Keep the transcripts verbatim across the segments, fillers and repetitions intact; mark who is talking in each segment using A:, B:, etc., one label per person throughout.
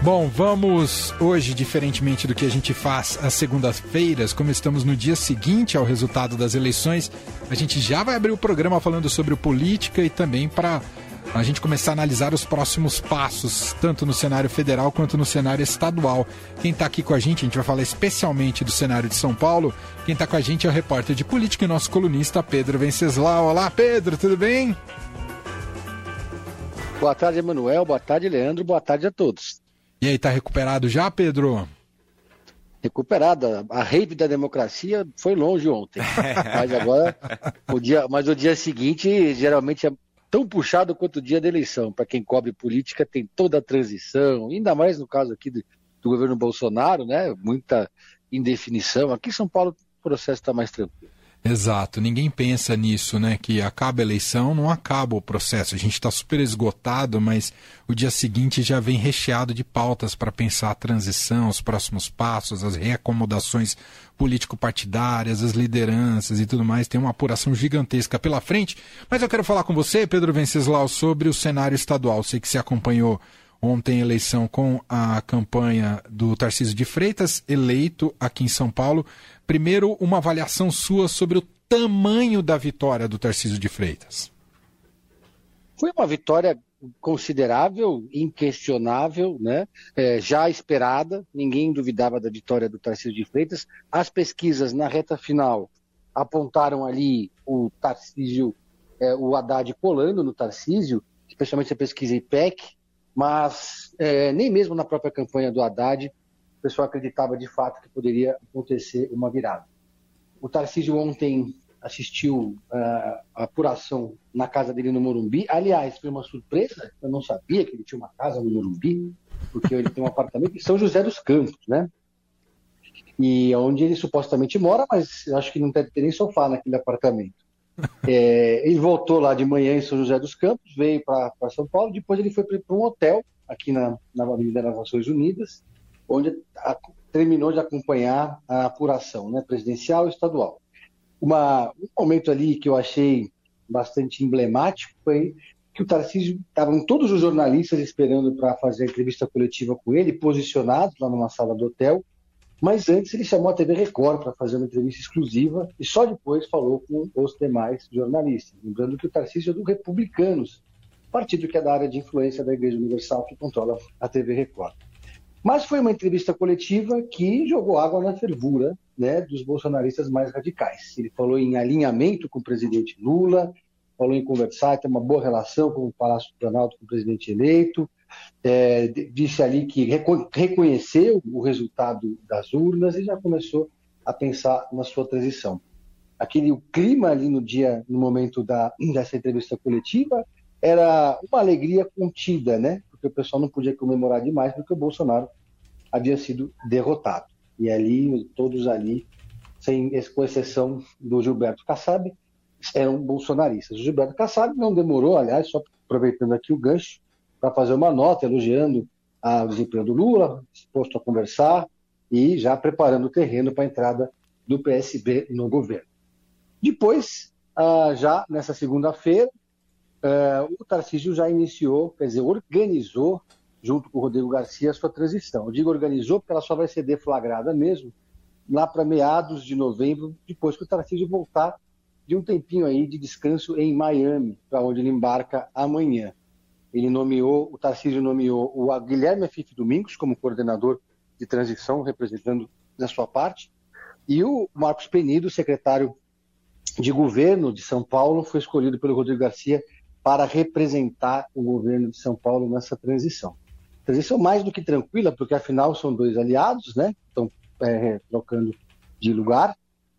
A: Bom, vamos hoje, diferentemente do que a gente faz às segundas-feiras, como estamos no dia seguinte ao resultado das eleições, a gente já vai abrir o programa falando sobre política e também para a gente começar a analisar os próximos passos, tanto no cenário federal quanto no cenário estadual. Quem está aqui com a gente, a gente vai falar especialmente do cenário de São Paulo. Quem está com a gente é o repórter de política e nosso colunista Pedro Venceslau. Olá, Pedro, tudo bem?
B: Boa tarde, Emanuel. Boa tarde, Leandro. Boa tarde a todos.
A: E aí, tá recuperado já, Pedro?
B: Recuperada. A rave da democracia foi longe ontem. Mas agora, o dia, mas o dia seguinte geralmente é tão puxado quanto o dia da eleição. Para quem cobre política, tem toda a transição, ainda mais no caso aqui do, do governo Bolsonaro, né? Muita indefinição. Aqui em São Paulo o processo está mais tranquilo.
A: Exato, ninguém pensa nisso, né? Que acaba a eleição, não acaba o processo. A gente está super esgotado, mas o dia seguinte já vem recheado de pautas para pensar a transição, os próximos passos, as reacomodações político-partidárias, as lideranças e tudo mais. Tem uma apuração gigantesca pela frente. Mas eu quero falar com você, Pedro Venceslau, sobre o cenário estadual. Sei que você acompanhou ontem a eleição com a campanha do Tarcísio de Freitas, eleito aqui em São Paulo. Primeiro, uma avaliação sua sobre o tamanho da vitória do Tarcísio de Freitas.
B: Foi uma vitória considerável, inquestionável, né? É, já esperada, ninguém duvidava da vitória do Tarcísio de Freitas. As pesquisas na reta final apontaram ali o Tarcísio, é, o Haddad colando no Tarcísio, especialmente a pesquisa I P E C, mas é, nem mesmo na própria campanha do Haddad o pessoal acreditava de fato que poderia acontecer uma virada. O Tarcísio ontem assistiu uh, a apuração na casa dele no Morumbi. Aliás, foi uma surpresa, eu não sabia que ele tinha uma casa no Morumbi, porque ele tem um apartamento em São José dos Campos, né? E onde ele supostamente mora, mas eu acho que não deve ter nem sofá naquele apartamento. É, ele voltou lá de manhã em São José dos Campos, veio para São Paulo, depois ele foi para um hotel aqui na, na Avenida das Nações Unidas, onde a, terminou de acompanhar a apuração, né, presidencial e estadual. Uma, um momento ali que eu achei bastante emblemático foi que o Tarcísio, estavam todos os jornalistas esperando para fazer a entrevista coletiva com ele, posicionados lá numa sala do hotel, mas antes ele chamou a T V Record para fazer uma entrevista exclusiva e só depois falou com os demais jornalistas. Lembrando que o Tarcísio é do Republicanos, partido que é da área de influência da Igreja Universal que controla a T V Record. Mas foi uma entrevista coletiva que jogou água na fervura, né, dos bolsonaristas mais radicais. Ele falou em alinhamento com o presidente Lula, falou em conversar, ter uma boa relação com o Palácio do Planalto, com o presidente eleito, é, disse ali que reco- reconheceu o resultado das urnas e já começou a pensar na sua transição. Aquele o clima ali no dia, no momento da, dessa entrevista coletiva, era uma alegria contida, né? Porque o pessoal não podia comemorar demais porque o Bolsonaro havia sido derrotado. E ali, todos ali, sem, com exceção do Gilberto Kassab, eram bolsonaristas. O Gilberto Kassab não demorou, aliás, só aproveitando aqui o gancho, para fazer uma nota elogiando a, o desempenho do Lula, disposto a conversar e já preparando o terreno para a entrada do P S B no governo. Depois, ah, já nessa segunda-feira, ah, o Tarcísio já iniciou, quer dizer, organizou, junto com o Rodrigo Garcia, a sua transição. Eu digo organizou porque ela só vai ser deflagrada mesmo lá para meados de novembro, depois que o Tarcísio voltar de um tempinho aí de descanso em Miami, para onde ele embarca amanhã. Ele nomeou, o Tarcísio nomeou o Guilherme Afif Domingos como coordenador de transição, representando da sua parte, e o Marcos Penido, secretário de governo de São Paulo, foi escolhido pelo Rodrigo Garcia para representar o governo de São Paulo nessa transição. Transição mais do que tranquila, porque afinal são dois aliados, né? Estão é, trocando de lugar,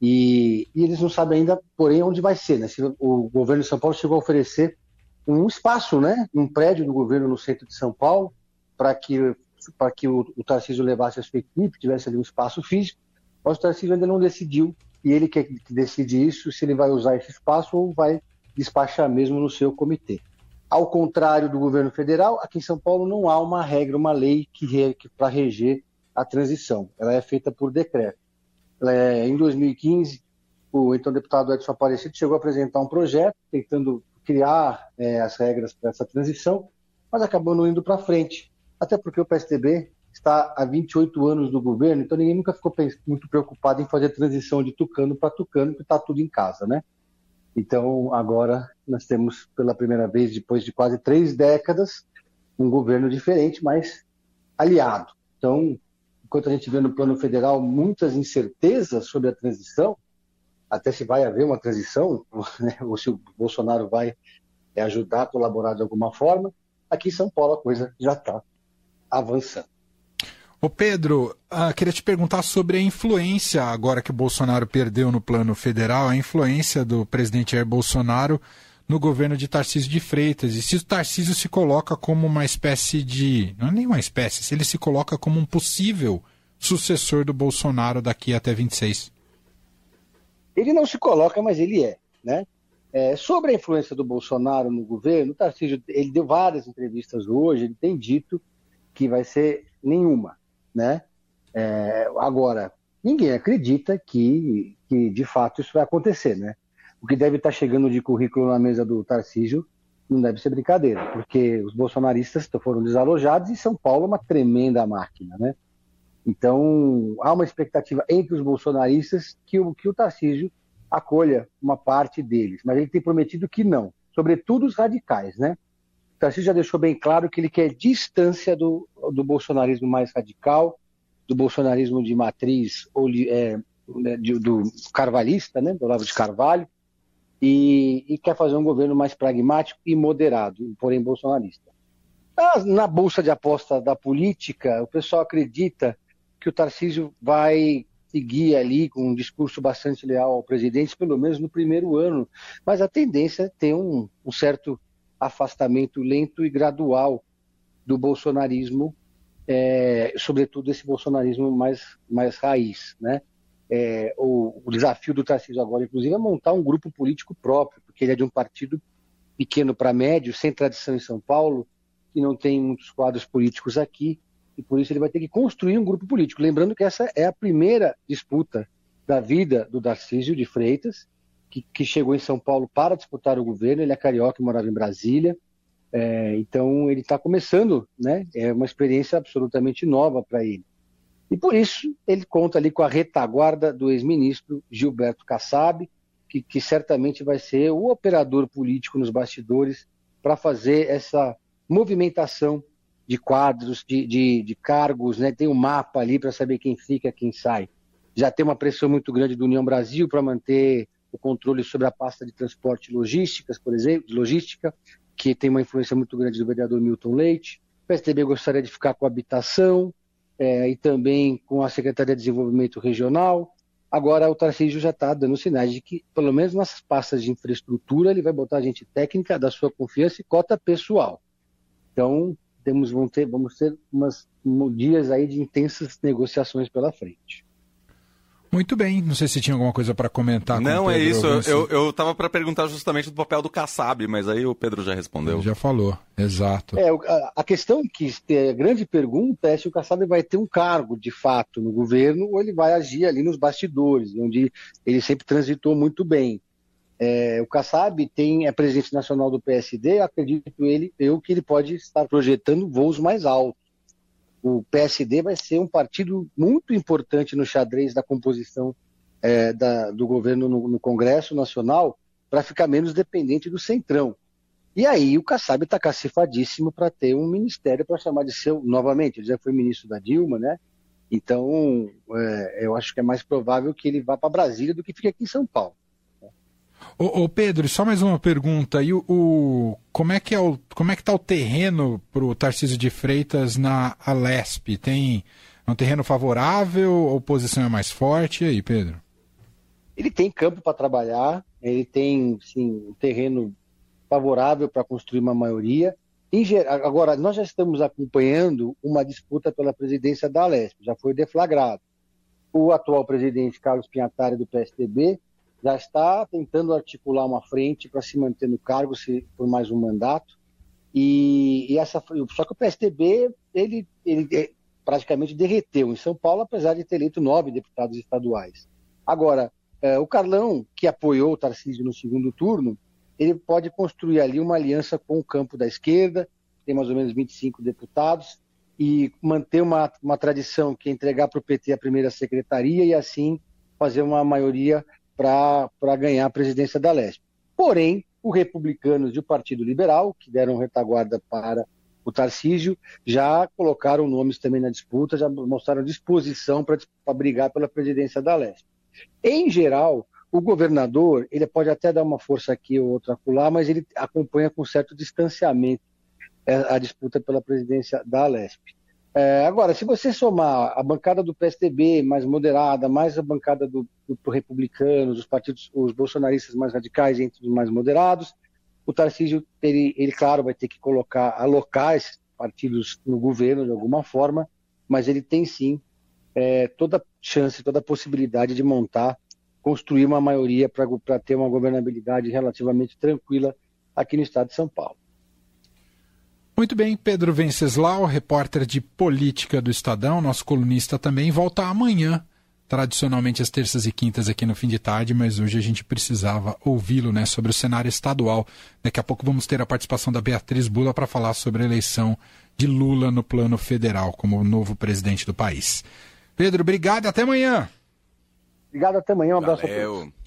B: e, e eles não sabem ainda, porém, onde vai ser, né? O governo de São Paulo chegou a oferecer um espaço, né, um prédio do governo no centro de São Paulo, para que, para que o, o Tarcísio levasse a sua equipe, tivesse ali um espaço físico, mas o Tarcísio ainda não decidiu, e ele que, que decide isso, se ele vai usar esse espaço ou vai despachar mesmo no seu comitê. Ao contrário do governo federal, aqui em São Paulo não há uma regra, uma lei que, re, que para reger a transição. Ela é feita por decreto. É, em dois mil e quinze, o então deputado Edson Aparecido chegou a apresentar um projeto tentando criar é, as regras para essa transição, mas acabou não indo para frente. até porque o P S D B está há vinte e oito anos no governo, então ninguém nunca ficou muito preocupado em fazer transição de tucano para tucano, porque está tudo em casa, né? Então, agora nós temos, pela primeira vez, depois de quase três décadas, um governo diferente, mas aliado. Então, enquanto a gente vê no plano federal muitas incertezas sobre a transição, até se vai haver uma transição, né, ou se o Bolsonaro vai ajudar a colaborar de alguma forma, aqui em São Paulo a coisa já está avançando.
A: Ô Pedro, uh, queria te perguntar sobre a influência, agora que o Bolsonaro perdeu no plano federal, a influência do presidente Jair Bolsonaro no governo de Tarcísio de Freitas, e se o Tarcísio se coloca como uma espécie de, não é nem uma espécie, se ele se coloca como um possível sucessor do Bolsonaro daqui até vinte e seis.
B: Ele não se coloca, mas ele é, né? É, sobre a influência do Bolsonaro no governo, o Tarcísio, ele deu várias entrevistas hoje, ele tem dito que vai ser nenhuma, né? É, agora, ninguém acredita que, que de fato isso vai acontecer, né? O que deve estar chegando de currículo na mesa do Tarcísio não deve ser brincadeira, porque os bolsonaristas foram desalojados e São Paulo é uma tremenda máquina, né? Então, há uma expectativa entre os bolsonaristas que o, que o Tarcísio acolha uma parte deles, mas ele tem prometido que não, sobretudo os radicais, né? O Tarcísio já deixou bem claro que ele quer distância do, do bolsonarismo mais radical, do bolsonarismo de matriz ou é, de, do carvalhista, né, do Olavo de Carvalho, e, e quer fazer um governo mais pragmático e moderado, porém bolsonarista. Na, na bolsa de aposta da política, o pessoal acredita que o Tarcísio vai seguir ali com um discurso bastante leal ao presidente, pelo menos no primeiro ano, mas a tendência é ter um, um certo afastamento lento e gradual do bolsonarismo, é, sobretudo esse bolsonarismo mais, mais raiz, né? É, o, o desafio do Tarcísio agora, inclusive, é montar um grupo político próprio, porque ele é de um partido pequeno para médio, sem tradição em São Paulo, que não tem muitos quadros políticos aqui, e por isso ele vai ter que construir um grupo político. Lembrando que essa é a primeira disputa da vida do Tarcísio de Freitas, que, que chegou em São Paulo para disputar o governo. Ele é carioca e morava em Brasília, é, então ele está começando, né? É uma experiência absolutamente nova para ele. E por isso ele conta ali com a retaguarda do ex-ministro Gilberto Kassab, que, que certamente vai ser o operador político nos bastidores para fazer essa movimentação de quadros, de, de, de cargos, né? Tem um mapa ali para saber quem fica, quem sai. Já tem uma pressão muito grande do União Brasil para manter o controle sobre a pasta de transporte e logísticas, por exemplo, de logística, que tem uma influência muito grande do vereador Milton Leite. O P S D B gostaria de ficar com a habitação é, e também com a Secretaria de Desenvolvimento Regional. Agora o Tarcísio já está dando sinais de que, pelo menos nas pastas de infraestrutura, ele vai botar gente técnica da sua confiança e cota pessoal. Então, temos, vamos ter, vamos ter umas, um, dias aí de intensas negociações pela frente.
A: Muito bem, não sei se tinha alguma coisa para comentar.
C: Não,
A: com o Pedro,
C: é isso, eu, eu tava para perguntar justamente do papel do Kassab, mas aí o Pedro já respondeu.
A: Ele já falou, exato.
B: É, a, a questão que a grande pergunta é se o Kassab vai ter um cargo de fato no governo ou ele vai agir ali nos bastidores, onde ele sempre transitou muito bem. É, o Kassab tem, é presidente nacional do P S D, acredito ele, eu que ele pode estar projetando voos mais altos. O P S D vai ser um partido muito importante no xadrez da composição é, da, do governo no, no Congresso Nacional para ficar menos dependente do Centrão. E aí o Kassab está cacifadíssimo para ter um ministério para chamar de seu, novamente, ele já foi ministro da Dilma, né? Então é, eu acho que é mais provável que ele vá para Brasília do que fique aqui em São Paulo.
A: Ô, ô Pedro, só mais uma pergunta. E o, o, como é que é o, como é que está o terreno para o Tarcísio de Freitas na Alesp? Tem um terreno favorável? A oposição é mais forte? E aí, Pedro?
B: Ele tem campo para trabalhar, ele tem sim, um terreno favorável para construir uma maioria. Em geral, agora, nós já estamos acompanhando uma disputa pela presidência da Alesp, já foi deflagrado. O atual presidente, Carlos Pinhatari, do P S D B, já está tentando articular uma frente para se manter no cargo se, por mais um mandato. E, e essa, só que o P S D B ele, ele praticamente derreteu em São Paulo, apesar de ter eleito nove deputados estaduais. Agora, é, o Carlão, que apoiou o Tarcísio no segundo turno, ele pode construir ali uma aliança com o campo da esquerda, tem mais ou menos vinte e cinco deputados, e manter uma, uma tradição que é entregar para o P T a primeira secretaria e assim fazer uma maioria para ganhar a presidência da Lespe. Porém, os republicanos e o Partido Liberal, que deram retaguarda para o Tarcísio, já colocaram nomes também na disputa, já mostraram disposição para brigar pela presidência da Lespe. Em geral, o governador, ele pode até dar uma força aqui ou outra acolá, mas ele acompanha com certo distanciamento a disputa pela presidência da Lespe. É, agora, se você somar a bancada do P S D B mais moderada, mais a bancada do, do, do Republicanos, os partidos, os bolsonaristas mais radicais entre os mais moderados, o Tarcísio, ele, ele, claro, vai ter que colocar, alocar esses partidos no governo de alguma forma, mas ele tem sim é, toda chance, toda possibilidade de montar, construir uma maioria para ter uma governabilidade relativamente tranquila aqui no estado de São Paulo.
A: Muito bem, Pedro Venceslau, repórter de política do Estadão, nosso colunista também, volta amanhã, tradicionalmente às terças e quintas aqui no Fim de Tarde, mas hoje a gente precisava ouvi-lo, né, sobre o cenário estadual. Daqui a pouco vamos ter a participação da Beatriz Bula para falar sobre a eleição de Lula no plano federal como novo presidente do país. Pedro, obrigado e até amanhã.
B: Obrigado, até amanhã, um abraço a todos.